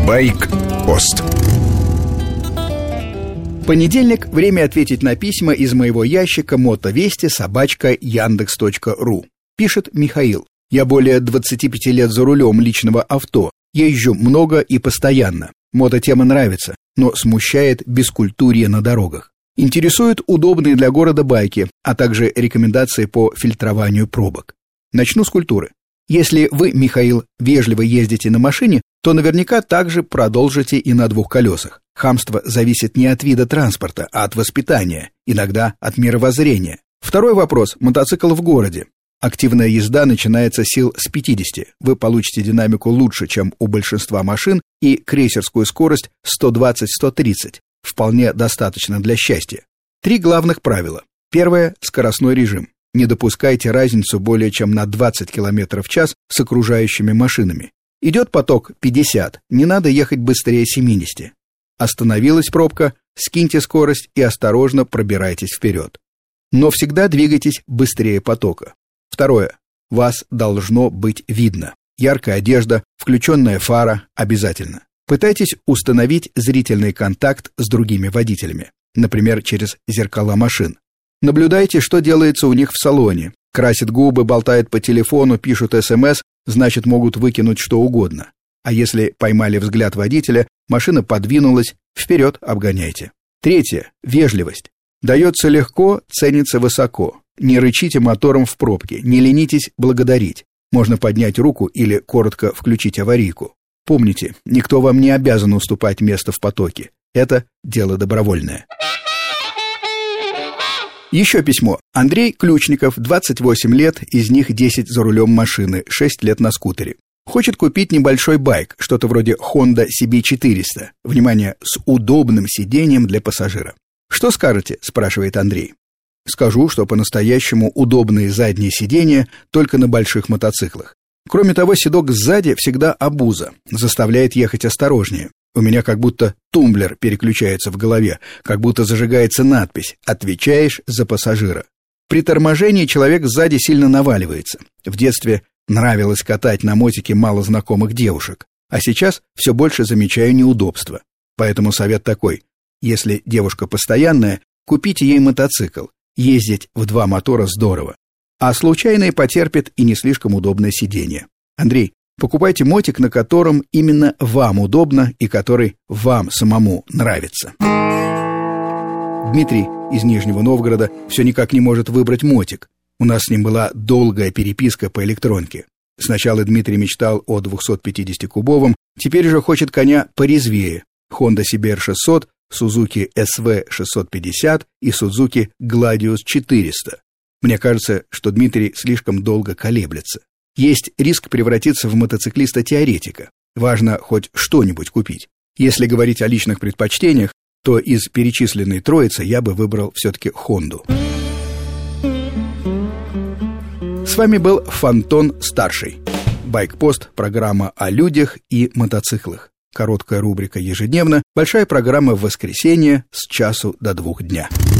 Байк-пост. Понедельник. Время ответить на письма из моего ящика motovesti@yandex.ru. Пишет Михаил. Я более 25 лет за рулем личного авто. Езжу много и постоянно. Мототема нравится, но смущает бескультурье на дорогах. Интересуют удобные для города байки, а также рекомендации по фильтрованию пробок. Начну с культуры. Если вы, Михаил, вежливо ездите на машине, то наверняка также продолжите и на двух колесах. Хамство зависит не от вида транспорта, а от воспитания, иногда от мировоззрения. Второй вопрос – мотоцикл в городе. Активная езда начинается сил с 50. Вы получите динамику лучше, чем у большинства машин, и крейсерскую скорость 120-130. Вполне достаточно для счастья. 3 главных правила. Первое – скоростной режим. Не допускайте разницу более чем на 20 км в час с окружающими машинами. Идет поток 50, не надо ехать быстрее 70. Остановилась пробка, скиньте скорость и осторожно пробирайтесь вперед. Но всегда двигайтесь быстрее потока. Второе. Вас должно быть видно. Яркая одежда, включенная фара обязательно. Пытайтесь установить зрительный контакт с другими водителями, например, через зеркала машин. Наблюдайте, что делается у них в салоне. Красит губы, болтает по телефону, пишут СМС, значит, могут выкинуть что угодно. А если поймали взгляд водителя, машина подвинулась, вперед обгоняйте. Третье. Вежливость. Дается легко, ценится высоко. Не рычите мотором в пробке, не ленитесь благодарить. Можно поднять руку или коротко включить аварийку. Помните, никто вам не обязан уступать место в потоке. Это дело добровольное. Еще письмо. Андрей Ключников, 28 лет, из них 10 за рулем машины, 6 лет на скутере. Хочет купить небольшой байк, что-то вроде Honda CB400. Внимание, с удобным сиденьем для пассажира. «Что скажете?» – спрашивает Андрей. Скажу, что по-настоящему удобные задние сиденья только на больших мотоциклах. Кроме того, седок сзади всегда обуза, заставляет ехать осторожнее. У меня как будто тумблер переключается в голове, как будто зажигается надпись «Отвечаешь за пассажира». При торможении человек сзади сильно наваливается. В детстве нравилось катать на мотике малознакомых девушек, а сейчас все больше замечаю неудобства. Поэтому совет такой: если девушка постоянная, купите ей мотоцикл. Ездить в 2 мотора здорово. А случайные потерпят и не слишком удобное сиденье. Андрей, покупайте мотик, на котором именно вам удобно и который вам самому нравится. Дмитрий из Нижнего Новгорода все никак не может выбрать мотик. У нас с ним была долгая переписка по электронке. Сначала Дмитрий мечтал о 250-кубовом, теперь же хочет коня порезвее. Honda CBR 600, Suzuki SV 650 и Suzuki Gladius 400. Мне кажется, что Дмитрий слишком долго колеблется. Есть риск превратиться в мотоциклиста-теоретика. Важно хоть что-нибудь купить. Если говорить о личных предпочтениях, то из перечисленной троицы я бы выбрал все-таки Хонду. С вами был Фантон-старший. Байк-пост – программа о людях и мотоциклах. Короткая рубрика ежедневно, большая программа в воскресенье с часу до 2 дня.